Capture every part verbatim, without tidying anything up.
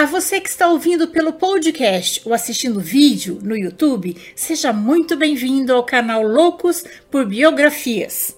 A você que está ouvindo pelo podcast ou assistindo vídeo no YouTube, seja muito bem-vindo ao canal Loucos por Biografias.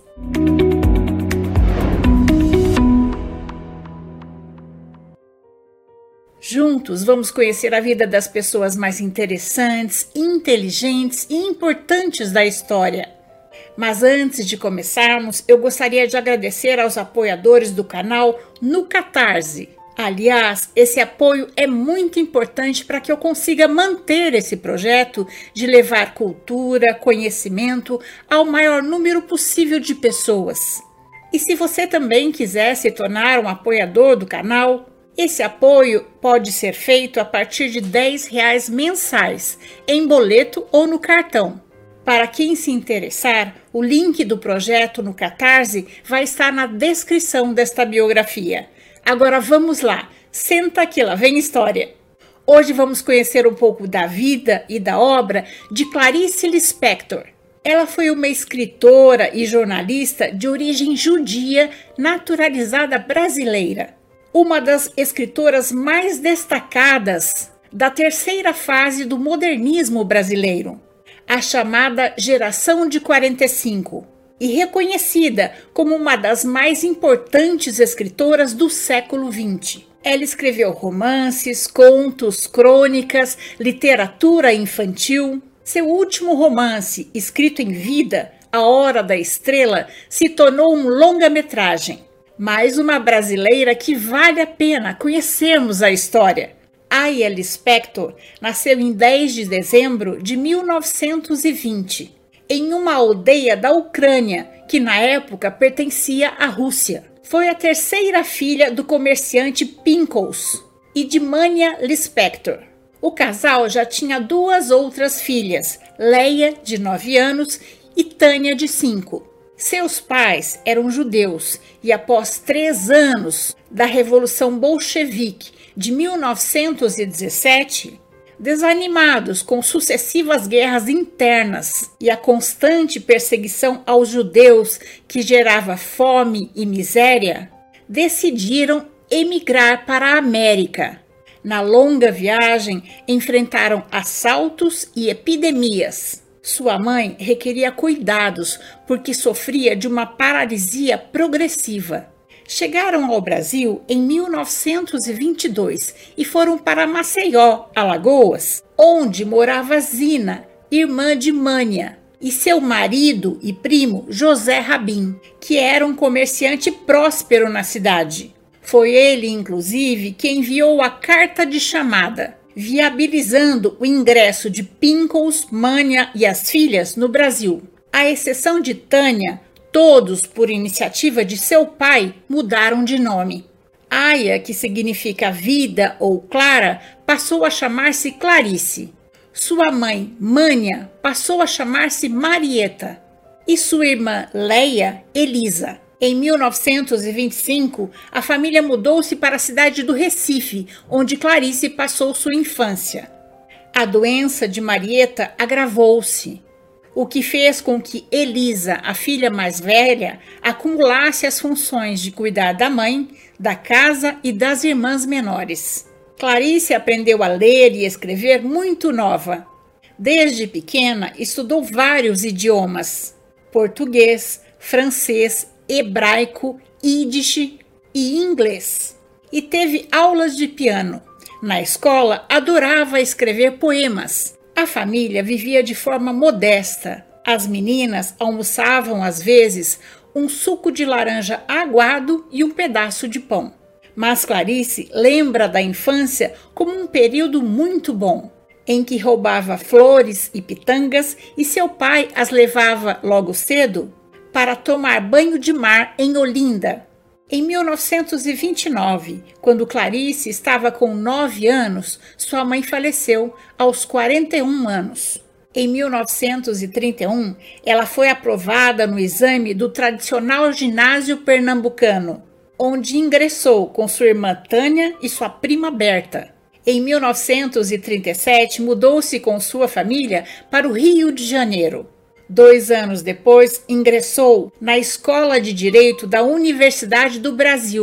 Juntos vamos conhecer a vida das pessoas mais interessantes, inteligentes e importantes da história. Mas antes de começarmos, eu gostaria de agradecer aos apoiadores do canal no Catarse. Aliás, esse apoio é muito importante para que eu consiga manter esse projeto de levar cultura, conhecimento ao maior número possível de pessoas. E se você também quiser se tornar um apoiador do canal, esse apoio pode ser feito a partir de dez reais mensais, em boleto ou no cartão. Para quem se interessar, o link do projeto no Catarse vai estar na descrição desta biografia. Agora vamos lá, senta que lá vem história. Hoje vamos conhecer um pouco da vida e da obra de Clarice Lispector. Ela foi uma escritora e jornalista de origem judia naturalizada brasileira. Uma das escritoras mais destacadas da terceira fase do modernismo brasileiro, a chamada Geração de quarenta e cinco. E reconhecida como uma das mais importantes escritoras do século vinte. Ela escreveu romances, contos, crônicas, literatura infantil. Seu último romance, escrito em vida, A Hora da Estrela, se tornou um longa-metragem. Mais uma brasileira que vale a pena conhecermos a história. Aya Lispector nasceu em dez de dezembro de mil novecentos e vinte. Em uma aldeia da Ucrânia, que na época pertencia à Rússia. Foi a terceira filha do comerciante Pinkos e de Mania Lispector. O casal já tinha duas outras filhas, Leia, de nove anos, e Tânia, de cinco. Seus pais eram judeus e após três anos da Revolução Bolchevique de mil novecentos e dezessete, desanimados com sucessivas guerras internas e a constante perseguição aos judeus que gerava fome e miséria, decidiram emigrar para a América. Na longa viagem, enfrentaram assaltos e epidemias. Sua mãe requeria cuidados porque sofria de uma paralisia progressiva. Chegaram ao Brasil em mil novecentos e vinte e dois e foram para Maceió, Alagoas, onde morava Zina, irmã de Mania, e seu marido e primo José Rabin, que era um comerciante próspero na cidade. Foi ele, inclusive, que enviou a carta de chamada, viabilizando o ingresso de Pinkos, Mania e as filhas no Brasil. À exceção de Tânia, todos, por iniciativa de seu pai, mudaram de nome. Aya, que significa vida ou clara, passou a chamar-se Clarice. Sua mãe, Mania, passou a chamar-se Marieta. E sua irmã, Leia, Elisa. Em mil novecentos e vinte e cinco, a família mudou-se para a cidade do Recife, onde Clarice passou sua infância. A doença de Marieta agravou-se, o que fez com que Elisa, a filha mais velha, acumulasse as funções de cuidar da mãe, da casa e das irmãs menores. Clarice aprendeu a ler e escrever muito nova. Desde pequena, estudou vários idiomas: português, francês, hebraico, ídish e inglês. E teve aulas de piano. Na escola, adorava escrever poemas. A família vivia de forma modesta. As meninas almoçavam, às vezes, um suco de laranja aguado e um pedaço de pão. Mas Clarice lembra da infância como um período muito bom, em que roubava flores e pitangas e seu pai as levava logo cedo para tomar banho de mar em Olinda. Em mil novecentos e vinte e nove, quando Clarice estava com nove anos, sua mãe faleceu aos quarenta e um anos. Em mil novecentos e trinta e um, ela foi aprovada no exame do tradicional ginásio pernambucano, onde ingressou com sua irmã Tânia e sua prima Berta. Em mil novecentos e trinta e sete, mudou-se com sua família para o Rio de Janeiro. Dois anos depois, ingressou na Escola de Direito da Universidade do Brasil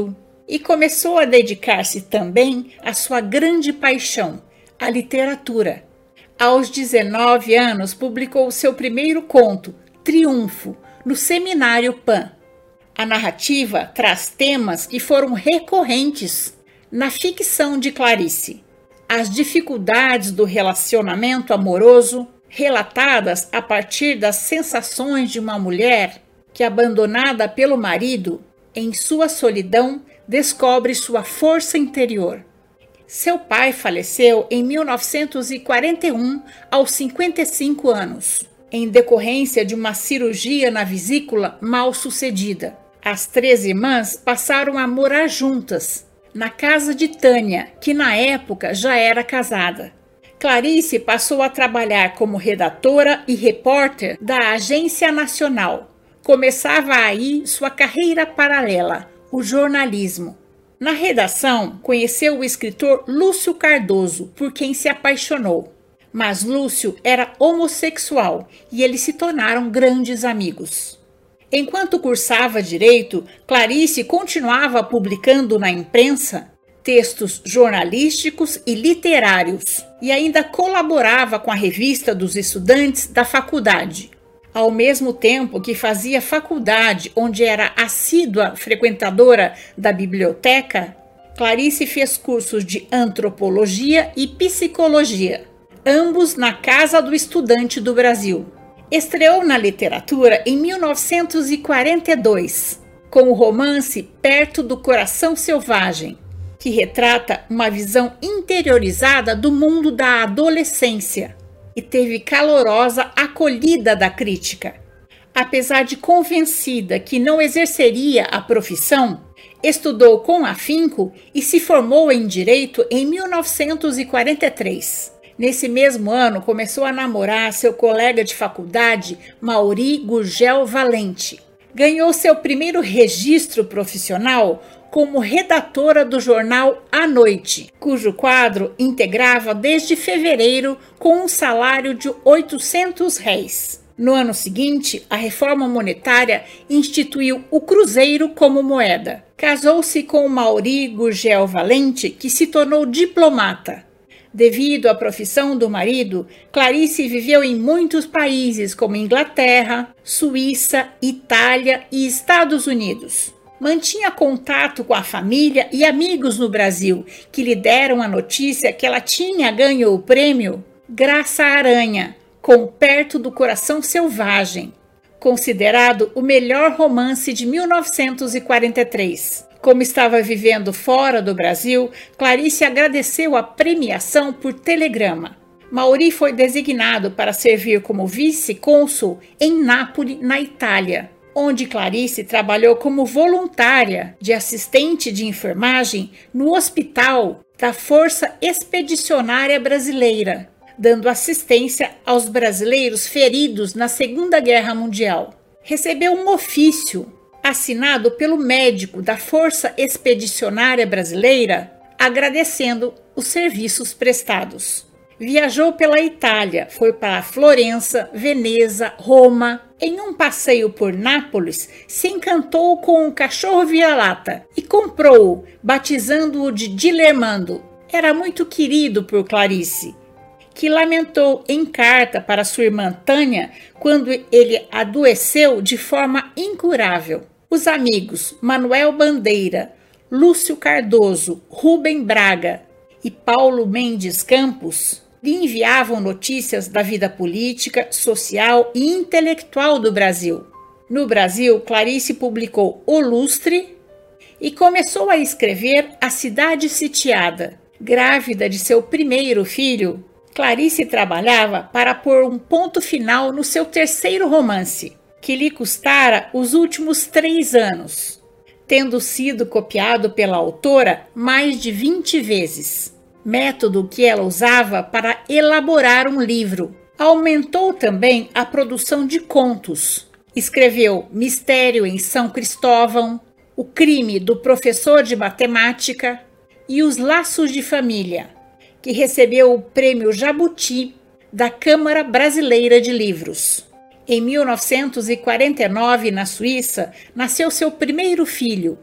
e começou a dedicar-se também à sua grande paixão, a literatura. Aos dezenove anos, publicou seu primeiro conto, Triunfo, no Seminário Pan. A narrativa traz temas que foram recorrentes na ficção de Clarice. As dificuldades do relacionamento amoroso, relatadas a partir das sensações de uma mulher que, abandonada pelo marido, em sua solidão, descobre sua força interior. Seu pai faleceu em mil novecentos e quarenta e um, aos cinquenta e cinco anos, em decorrência de uma cirurgia na vesícula mal sucedida. As três irmãs passaram a morar juntas, na casa de Tânia, que na época já era casada. Clarice passou a trabalhar como redatora e repórter da Agência Nacional. Começava aí sua carreira paralela, o jornalismo. Na redação, conheceu o escritor Lúcio Cardoso, por quem se apaixonou. Mas Lúcio era homossexual e eles se tornaram grandes amigos. Enquanto cursava Direito, Clarice continuava publicando na imprensa textos jornalísticos e literários e ainda colaborava com a revista dos estudantes da faculdade. Ao mesmo tempo que fazia faculdade, onde era assídua frequentadora da biblioteca, Clarice fez cursos de antropologia e psicologia, ambos na Casa do Estudante do Brasil. Estreou na literatura em mil novecentos e quarenta e dois, com o romance Perto do Coração Selvagem, que retrata uma visão interiorizada do mundo da adolescência e teve calorosa acolhida da crítica. Apesar de convencida que não exerceria a profissão, estudou com afinco e se formou em Direito em mil novecentos e quarenta e três. Nesse mesmo ano, começou a namorar seu colega de faculdade, Mauri Gurgel Valente. Ganhou seu primeiro registro profissional como redatora do jornal A Noite, cujo quadro integrava desde fevereiro com um salário de oitocentos réis. No ano seguinte, a reforma monetária instituiu o cruzeiro como moeda. Casou-se com Mauri Gurgel Valente, que se tornou diplomata. Devido à profissão do marido, Clarice viveu em muitos países como Inglaterra, Suíça, Itália e Estados Unidos. Mantinha contato com a família e amigos no Brasil, que lhe deram a notícia que ela tinha ganho o prêmio Graça Aranha, com Perto do Coração Selvagem, considerado o melhor romance de mil novecentos e quarenta e três. Como estava vivendo fora do Brasil, Clarice agradeceu a premiação por telegrama. Mauri foi designado para servir como vice-cônsul em Nápoles, na Itália, onde Clarice trabalhou como voluntária de assistente de enfermagem no Hospital da Força Expedicionária Brasileira, dando assistência aos brasileiros feridos na Segunda Guerra Mundial. Recebeu um ofício assinado pelo médico da Força Expedicionária Brasileira, agradecendo os serviços prestados. Viajou pela Itália, foi para Florença, Veneza, Roma. Em um passeio por Nápoles, se encantou com um cachorro vira-lata e comprou-o, batizando-o de Dilermando. Era muito querido por Clarice, que lamentou em carta para sua irmã Tânia quando ele adoeceu de forma incurável. Os amigos Manuel Bandeira, Lúcio Cardoso, Rubem Braga e Paulo Mendes Campos lhe enviavam notícias da vida política, social e intelectual do Brasil. No Brasil, Clarice publicou O Lustre e começou a escrever A Cidade Sitiada. Grávida de seu primeiro filho, Clarice trabalhava para pôr um ponto final no seu terceiro romance, que lhe custara os últimos três anos, tendo sido copiado pela autora mais de vinte vezes, método que ela usava para elaborar um livro. Aumentou também a produção de contos. Escreveu Mistério em São Cristóvão, O Crime do Professor de Matemática e Os Laços de Família, que recebeu o Prêmio Jabuti da Câmara Brasileira de Livros. Em mil novecentos e quarenta e nove, na Suíça, nasceu seu primeiro filho,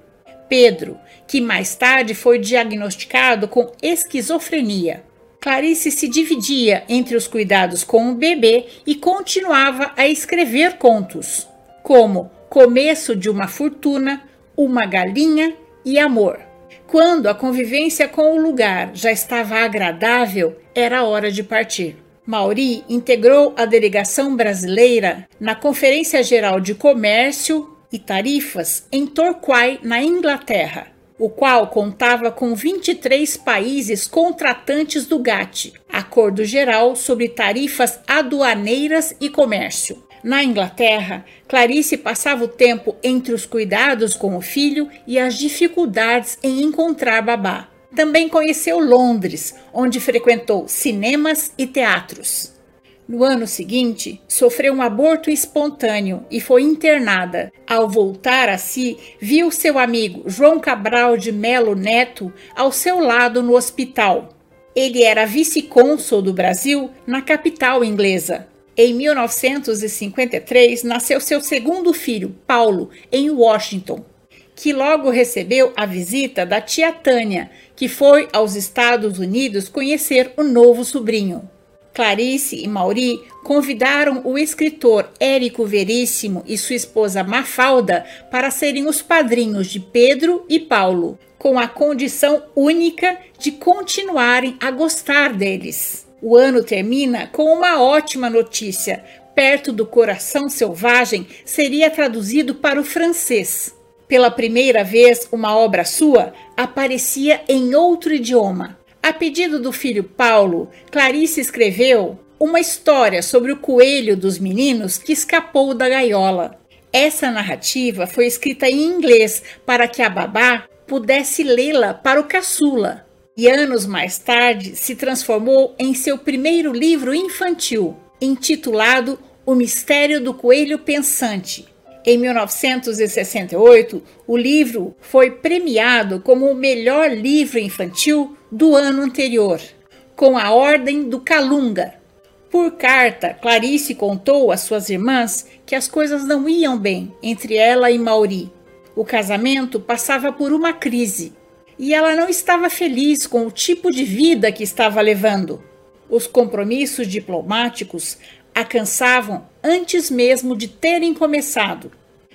Pedro, que mais tarde foi diagnosticado com esquizofrenia. Clarice se dividia entre os cuidados com o bebê e continuava a escrever contos, como Começo de uma Fortuna, Uma Galinha e Amor. Quando a convivência com o lugar já estava agradável, era hora de partir. Maury integrou a delegação brasileira na Conferência Geral de Comércio e Tarifas em Torquay, na Inglaterra, o qual contava com vinte e três países contratantes do GATT, Acordo Geral sobre Tarifas Aduaneiras e Comércio. Na Inglaterra, Clarice passava o tempo entre os cuidados com o filho e as dificuldades em encontrar babá. Também conheceu Londres, onde frequentou cinemas e teatros. No ano seguinte, sofreu um aborto espontâneo e foi internada. Ao voltar a si, viu seu amigo João Cabral de Melo Neto ao seu lado no hospital. Ele era vice-cônsul do Brasil na capital inglesa. Em mil novecentos e cinquenta e três, nasceu seu segundo filho, Paulo, em Washington, que logo recebeu a visita da tia Tânia, que foi aos Estados Unidos conhecer o novo sobrinho. Clarice e Maury convidaram o escritor Érico Veríssimo e sua esposa Mafalda para serem os padrinhos de Pedro e Paulo, com a condição única de continuarem a gostar deles. O ano termina com uma ótima notícia. Perto do Coração Selvagem seria traduzido para o francês. Pela primeira vez, uma obra sua aparecia em outro idioma. A pedido do filho Paulo, Clarice escreveu uma história sobre o coelho dos meninos que escapou da gaiola. Essa narrativa foi escrita em inglês para que a babá pudesse lê-la para o caçula. E anos mais tarde se transformou em seu primeiro livro infantil, intitulado O Mistério do Coelho Pensante. Em mil novecentos e sessenta e oito, o livro foi premiado como o melhor livro infantil do ano anterior, com a Ordem do Calunga. Por carta, Clarice contou às suas irmãs que as coisas não iam bem entre ela e Maury. O casamento passava por uma crise e ela não estava feliz com o tipo de vida que estava levando. Os compromissos diplomáticos a cansavam antes mesmo de terem começado.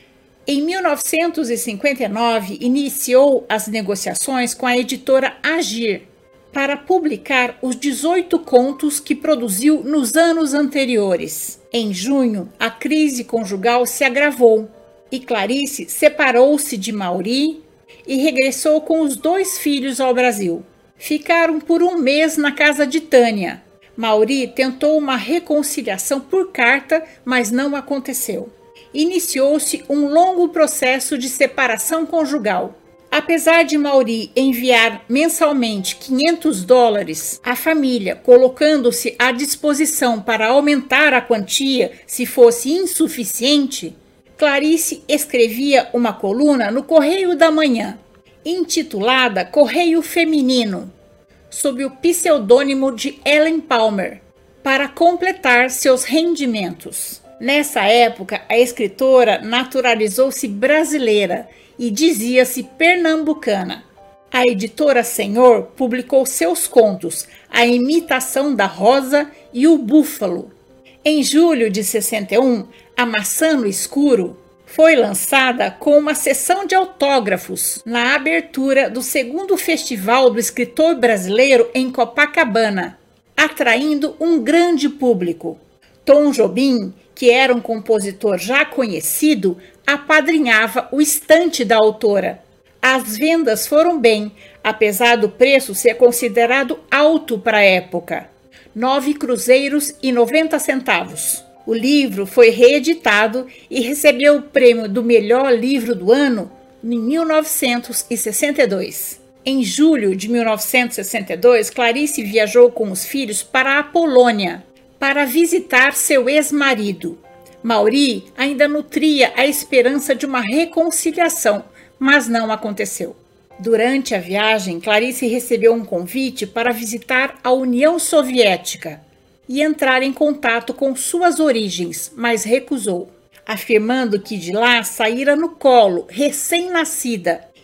Em mil novecentos e cinquenta e nove, iniciou as negociações com a editora Agir para publicar os dezoito contos que produziu nos anos anteriores. Em junho, a crise conjugal se agravou e Clarice separou-se de Maury e regressou com os dois filhos ao Brasil. Ficaram por um mês na casa de Tânia. Maury tentou uma reconciliação por carta, mas não aconteceu. Iniciou-se um longo processo de separação conjugal. Apesar de Maury enviar mensalmente quinhentos dólares à família, colocando-se à disposição para aumentar a quantia se fosse insuficiente, Clarice escrevia uma coluna no Correio da Manhã, intitulada Correio Feminino, sob o pseudônimo de Ellen Palmer, para completar seus rendimentos. Nessa época, a escritora naturalizou-se brasileira e dizia-se pernambucana. A editora Senhor publicou seus contos, A Imitação da Rosa e O Búfalo. Em julho de sessenta e um, A Maçã no Escuro foi lançada com uma sessão de autógrafos na abertura do segundo Festival do Escritor Brasileiro em Copacabana, atraindo um grande público. Tom Jobim, que era um compositor já conhecido, apadrinhava o estante da autora. As vendas foram bem, apesar do preço ser considerado alto para a época. Nove cruzeiros e noventa centavos. O livro foi reeditado e recebeu o prêmio do melhor livro do ano em mil novecentos e sessenta e dois. Em julho de mil novecentos e sessenta e dois, Clarice viajou com os filhos para a Polônia para visitar seu ex-marido. Maury ainda nutria a esperança de uma reconciliação, mas não aconteceu. Durante a viagem, Clarice recebeu um convite para visitar a União Soviética e entrar em contato com suas origens, mas recusou, afirmando que de lá saíra no colo, recém-nascida,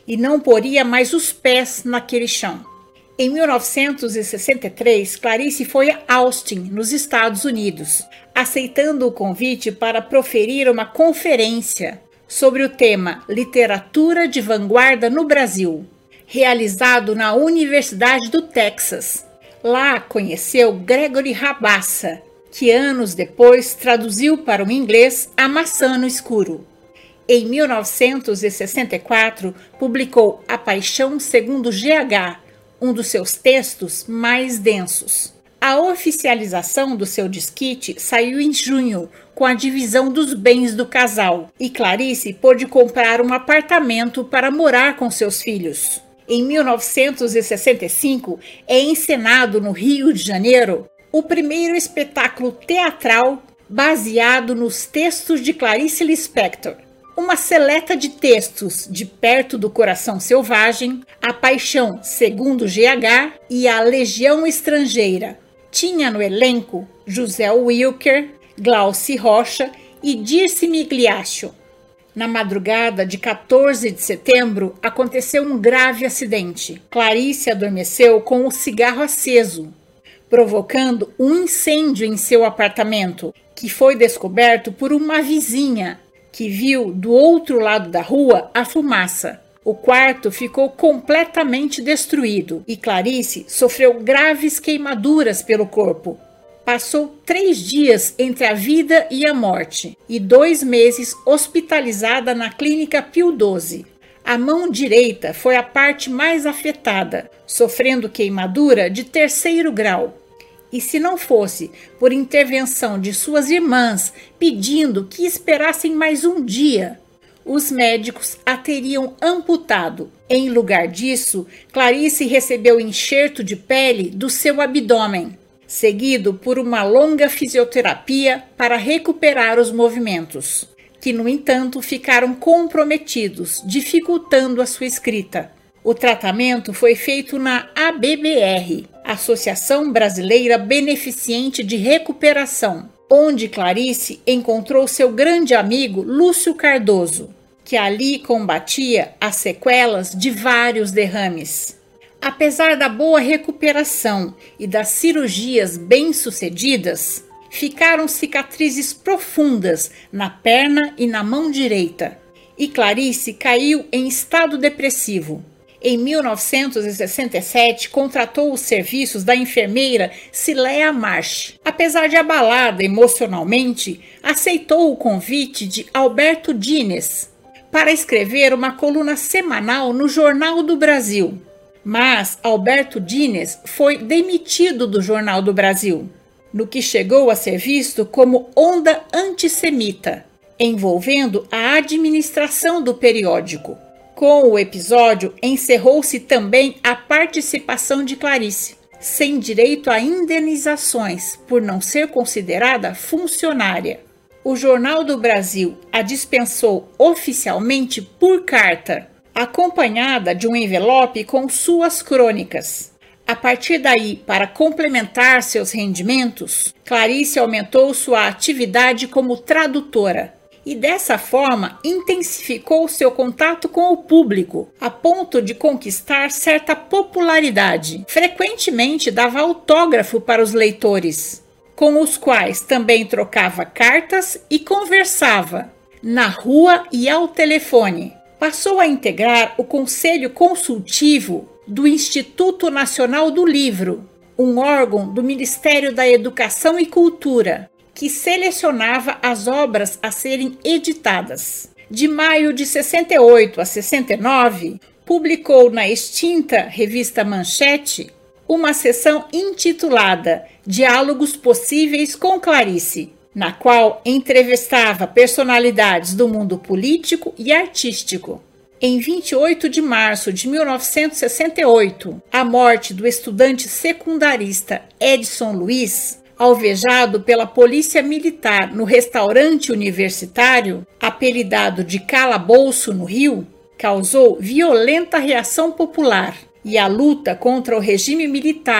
e não poria mais os pés naquele chão. Em mil novecentos e sessenta e três, Clarice foi a Austin, nos Estados Unidos, aceitando o convite para proferir uma conferência sobre o tema Literatura de Vanguarda no Brasil, realizado na Universidade do Texas. Lá conheceu Gregory Rabassa, que anos depois traduziu para o inglês A Maçã no Escuro. Em mil novecentos e sessenta e quatro, publicou A Paixão segundo G H, um dos seus textos mais densos. A oficialização do seu disquite saiu em junho, com a divisão dos bens do casal, e Clarice pôde comprar um apartamento para morar com seus filhos. Em mil novecentos e sessenta e cinco, é encenado no Rio de Janeiro o primeiro espetáculo teatral baseado nos textos de Clarice Lispector. Uma seleta de textos de Perto do Coração Selvagem, A Paixão segundo G H e A Legião Estrangeira. Tinha no elenco José Wilker, Glauci Rocha e Dirce Migliaccio. Na madrugada de quatorze de setembro, aconteceu um grave acidente. Clarice adormeceu com o cigarro aceso, provocando um incêndio em seu apartamento, que foi descoberto por uma vizinha, que viu do outro lado da rua a fumaça. O quarto ficou completamente destruído e Clarice sofreu graves queimaduras pelo corpo. Passou três dias entre a vida e a morte e dois meses hospitalizada na Clínica Pio doze. A mão direita foi a parte mais afetada, sofrendo queimadura de terceiro grau. E se não fosse por intervenção de suas irmãs pedindo que esperassem mais um dia, os médicos a teriam amputado. Em lugar disso, Clarice recebeu enxerto de pele do seu abdômen, seguido por uma longa fisioterapia para recuperar os movimentos, que, no entanto, ficaram comprometidos, dificultando a sua escrita. O tratamento foi feito na A B B R, Associação Brasileira Beneficente de Recuperação, onde Clarice encontrou seu grande amigo Lúcio Cardoso, que ali combatia as sequelas de vários derrames. Apesar da boa recuperação e das cirurgias bem-sucedidas, ficaram cicatrizes profundas na perna e na mão direita, e Clarice caiu em estado depressivo. Em mil novecentos e sessenta e sete, contratou os serviços da enfermeira Cileia March. Apesar de abalada emocionalmente, aceitou o convite de Alberto Dines para escrever uma coluna semanal no Jornal do Brasil. Mas Alberto Dines foi demitido do Jornal do Brasil, no que chegou a ser visto como onda antissemita, envolvendo a administração do periódico. Com o episódio, encerrou-se também a participação de Clarice, sem direito a indenizações por não ser considerada funcionária. O Jornal do Brasil a dispensou oficialmente por carta, acompanhada de um envelope com suas crônicas. A partir daí, para complementar seus rendimentos, Clarice aumentou sua atividade como tradutora e dessa forma intensificou seu contato com o público, a ponto de conquistar certa popularidade. Frequentemente dava autógrafo para os leitores, com os quais também trocava cartas e conversava, na rua e ao telefone. Passou a integrar o Conselho Consultivo do Instituto Nacional do Livro, um órgão do Ministério da Educação e Cultura, que selecionava as obras a serem editadas. De maio de sessenta e oito a sessenta e nove, publicou na extinta revista Manchete uma seção intitulada Diálogos Possíveis com Clarice, na qual entrevistava personalidades do mundo político e artístico. Em vinte e oito de março de mil novecentos e sessenta e oito, a morte do estudante secundarista Edson Luiz, alvejado pela polícia militar no restaurante universitário, apelidado de Calabouço no Rio, causou violenta reação popular, e a luta contra o regime militar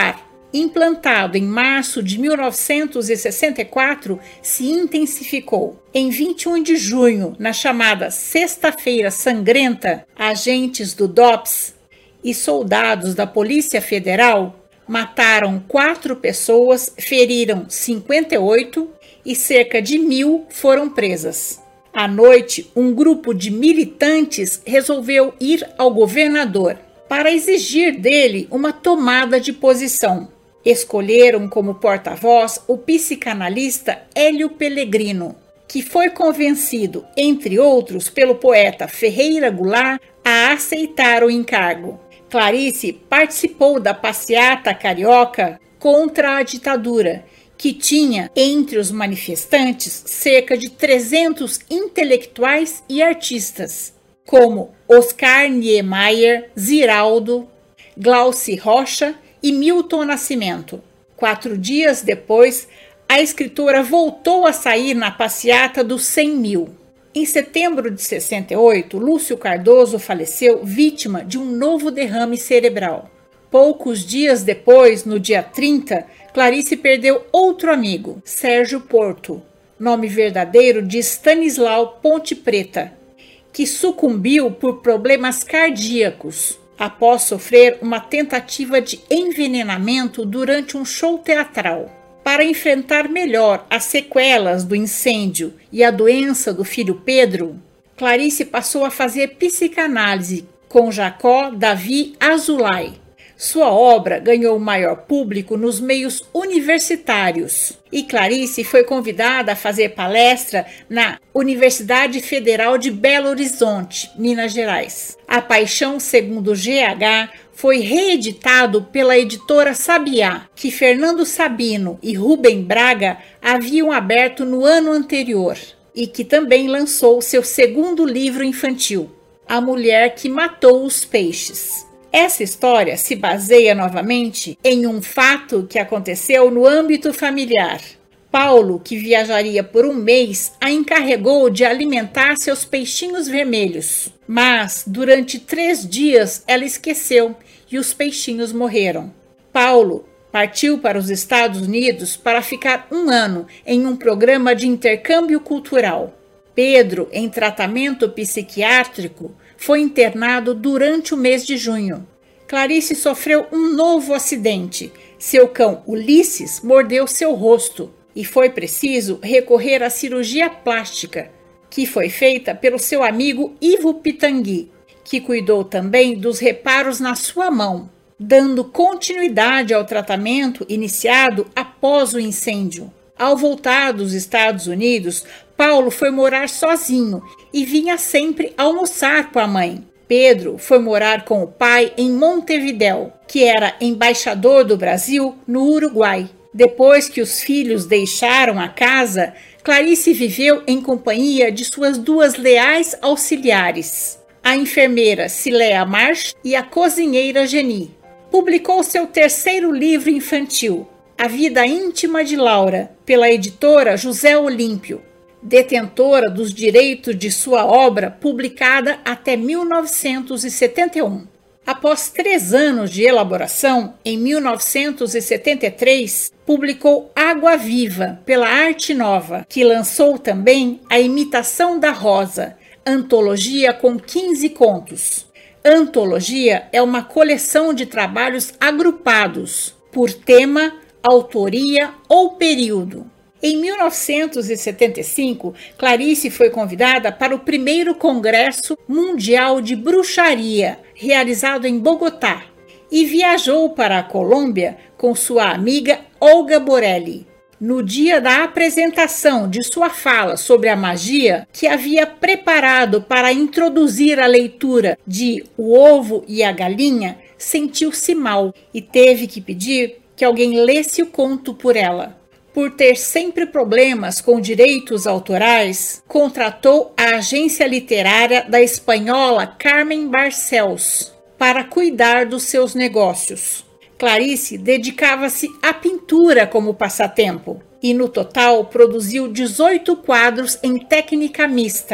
implantado em março de mil novecentos e sessenta e quatro, se intensificou. Em vinte e um de junho, na chamada Sexta-feira Sangrenta, agentes do D O P S e soldados da Polícia Federal mataram quatro pessoas, feriram cinquenta e oito e cerca de mil foram presas. À noite, um grupo de militantes resolveu ir ao governador para exigir dele uma tomada de posição. Escolheram como porta-voz o psicanalista Hélio Pellegrino, que foi convencido, entre outros, pelo poeta Ferreira Goulart a aceitar o encargo. Clarice participou da passeata carioca contra a ditadura, que tinha entre os manifestantes cerca de trezentos intelectuais e artistas, como Oscar Niemeyer, Ziraldo, Glauci Rocha e Milton Nascimento. Quatro dias depois, a escritora voltou a sair na passeata dos cem mil. Em setembro de sessenta e oito, Lúcio Cardoso faleceu vítima de um novo derrame cerebral. Poucos dias depois, no dia trinta, Clarice perdeu outro amigo, Sérgio Porto, nome verdadeiro de Stanislau Ponte Preta, que sucumbiu por problemas cardíacos após sofrer uma tentativa de envenenamento durante um show teatral. Para enfrentar melhor as sequelas do incêndio e a doença do filho Pedro, Clarice passou a fazer psicanálise com Jacó Davi Azulay. Sua obra ganhou maior público nos meios universitários e Clarice foi convidada a fazer palestra na Universidade Federal de Belo Horizonte, Minas Gerais. A Paixão Segundo G H foi reeditado pela editora Sabiá, que Fernando Sabino e Rubem Braga haviam aberto no ano anterior e que também lançou seu segundo livro infantil, A Mulher que Matou os Peixes. Essa história se baseia novamente em um fato que aconteceu no âmbito familiar. Paulo, que viajaria por um mês, a encarregou de alimentar seus peixinhos vermelhos. Mas, durante três dias, ela esqueceu e os peixinhos morreram. Paulo partiu para os Estados Unidos para ficar um ano em um programa de intercâmbio cultural. Pedro, em tratamento psiquiátrico, foi internado durante o mês de junho. Clarice sofreu um novo acidente. Seu cão Ulisses mordeu seu rosto e foi preciso recorrer à cirurgia plástica, que foi feita pelo seu amigo Ivo Pitangui, que cuidou também dos reparos na sua mão, dando continuidade ao tratamento iniciado após o incêndio. Ao voltar dos Estados Unidos, Paulo foi morar sozinho e vinha sempre almoçar com a mãe. Pedro foi morar com o pai em Montevidéu, que era embaixador do Brasil no Uruguai. Depois que os filhos deixaram a casa, Clarice viveu em companhia de suas duas leais auxiliares, a enfermeira Cileia March e a cozinheira Geni. Publicou seu terceiro livro infantil, A Vida Íntima de Laura, pela editora José Olímpio, detentora dos direitos de sua obra publicada até mil novecentos e setenta e um. Após três anos de elaboração, em mil novecentos e setenta e três, publicou Água Viva, pela Arte Nova, que lançou também A Imitação da Rosa, antologia com quinze contos. Antologia é uma coleção de trabalhos agrupados por tema, autoria ou período. Em mil novecentos e setenta e cinco, Clarice foi convidada para o primeiro Congresso Mundial de Bruxaria, realizado em Bogotá, e viajou para a Colômbia com sua amiga Olga Borelli. No dia da apresentação de sua fala sobre a magia, que havia preparado para introduzir a leitura de O Ovo e a Galinha, sentiu-se mal e teve que pedir que alguém lesse o conto por ela. Por ter sempre problemas com direitos autorais, contratou a agência literária da espanhola Carmen Barcells para cuidar dos seus negócios. Clarice dedicava-se à pintura como passatempo e, no total, produziu dezoito quadros em técnica mista,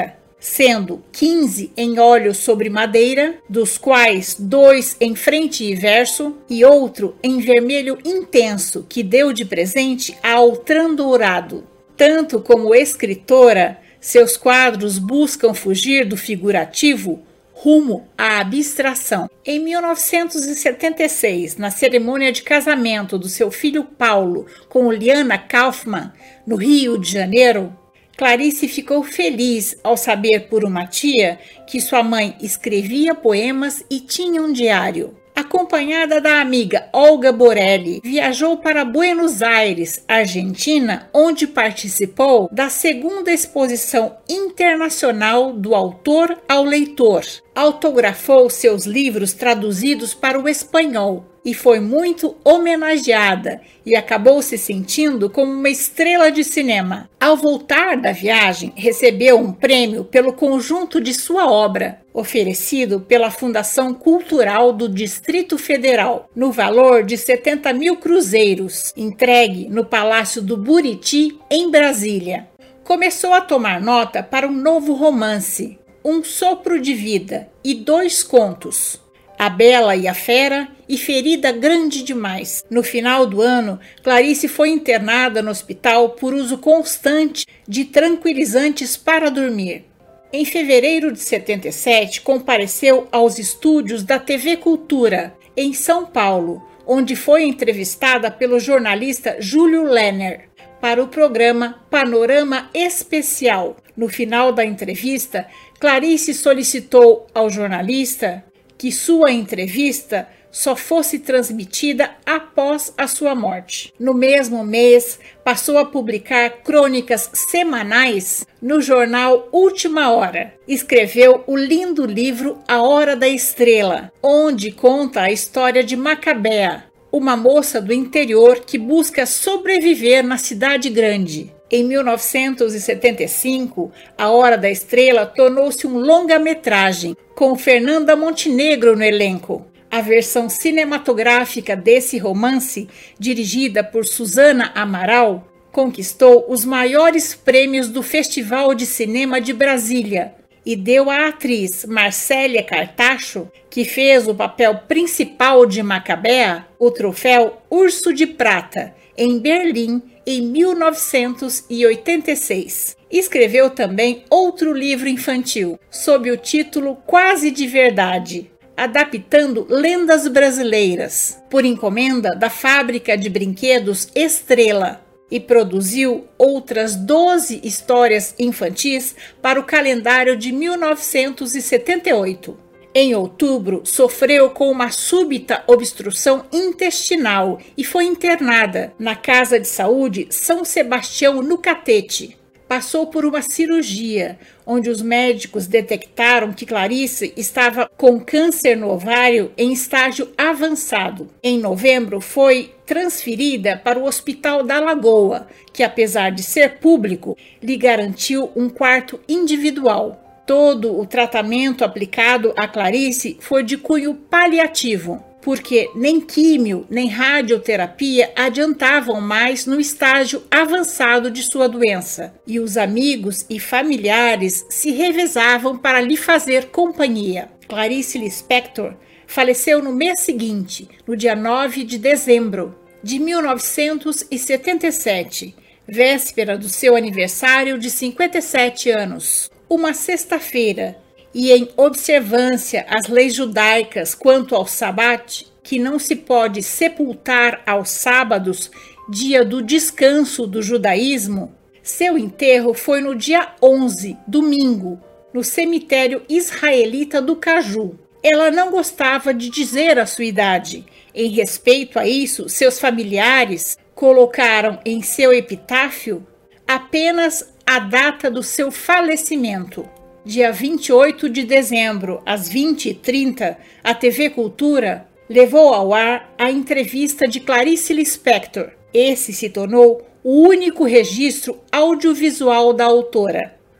sendo quinze em óleo sobre madeira, dos quais dois em frente e verso, e outro em vermelho intenso, que deu de presente a Altran Dourado. Tanto como escritora, seus quadros buscam fugir do figurativo rumo à abstração. Em mil novecentos e setenta e seis, na cerimônia de casamento do seu filho Paulo com Liana Kaufmann, no Rio de Janeiro, Clarice ficou feliz ao saber por uma tia que sua mãe escrevia poemas e tinha um diário. Acompanhada da amiga Olga Borelli, viajou para Buenos Aires, Argentina, onde participou da segunda exposição internacional do autor ao leitor. Autografou seus livros traduzidos para o espanhol e foi muito homenageada e acabou se sentindo como uma estrela de cinema. Ao voltar da viagem, recebeu um prêmio pelo conjunto de sua obra, oferecido pela Fundação Cultural do Distrito Federal, no valor de setenta mil cruzeiros, entregue no Palácio do Buriti, em Brasília. Começou a tomar nota para um novo romance, Um Sopro de Vida, e dois contos, A Bela e a Fera e Ferida Grande Demais. No final do ano, Clarice foi internada no hospital por uso constante de tranquilizantes para dormir. Em fevereiro de setenta e sete, compareceu aos estúdios da T V Cultura, em São Paulo, onde foi entrevistada pelo jornalista Júlio Lerner para o programa Panorama Especial. No final da entrevista, Clarice solicitou ao jornalista que sua entrevista só fosse transmitida após a sua morte. No mesmo mês, passou a publicar crônicas semanais no jornal Última Hora. Escreveu o lindo livro A Hora da Estrela, onde conta a história de Macabea, uma moça do interior que busca sobreviver na cidade grande. Em mil novecentos e setenta e cinco, A Hora da Estrela tornou-se um longa-metragem, com Fernanda Montenegro no elenco. A versão cinematográfica desse romance, dirigida por Susana Amaral, conquistou os maiores prêmios do Festival de Cinema de Brasília e deu à atriz Marcélia Cartacho, que fez o papel principal de Macabea, o troféu Urso de Prata, em Berlim, em mil novecentos e oitenta e seis. Escreveu também outro livro infantil, sob o título Quase de Verdade, adaptando lendas brasileiras, por encomenda da fábrica de brinquedos Estrela, e produziu outras doze histórias infantis para o calendário de mil novecentos e setenta e oito. Em outubro, sofreu com uma súbita obstrução intestinal e foi internada na Casa de Saúde São Sebastião no Catete. Passou por uma cirurgia, onde os médicos detectaram que Clarice estava com câncer no ovário em estágio avançado. Em novembro, foi transferida para o Hospital da Lagoa, que, apesar de ser público, lhe garantiu um quarto individual. Todo o tratamento aplicado a Clarice foi de cunho paliativo, porque nem químio nem radioterapia adiantavam mais no estágio avançado de sua doença, e os amigos e familiares se revezavam para lhe fazer companhia. Clarice Lispector faleceu no mês seguinte, no dia nove de dezembro de mil novecentos e setenta e sete, véspera do seu aniversário de cinquenta e sete anos. Uma sexta-feira, e em observância às leis judaicas quanto ao sabat, que não se pode sepultar aos sábados, dia do descanso do judaísmo, seu enterro foi no dia onze, domingo, no cemitério israelita do Caju. Ela não gostava de dizer a sua idade. Em respeito a isso, seus familiares colocaram em seu epitáfio apenas a data do seu falecimento. Dia vinte e oito de dezembro, às vinte e trinta, a T V Cultura levou ao ar a entrevista de Clarice Lispector. Esse se tornou o único registro audiovisual da autora.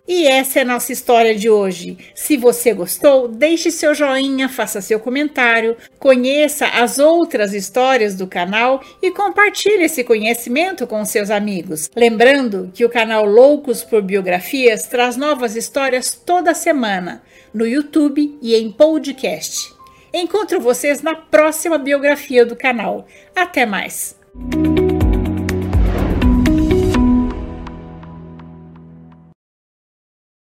E essa é a nossa história de hoje. Se você gostou, deixe seu joinha, faça seu comentário, conheça as outras histórias do canal e compartilhe esse conhecimento com seus amigos. Lembrando que o canal Loucos por Biografias traz novas histórias toda semana, no YouTube e em podcast. Encontro vocês na próxima biografia do canal. Até mais!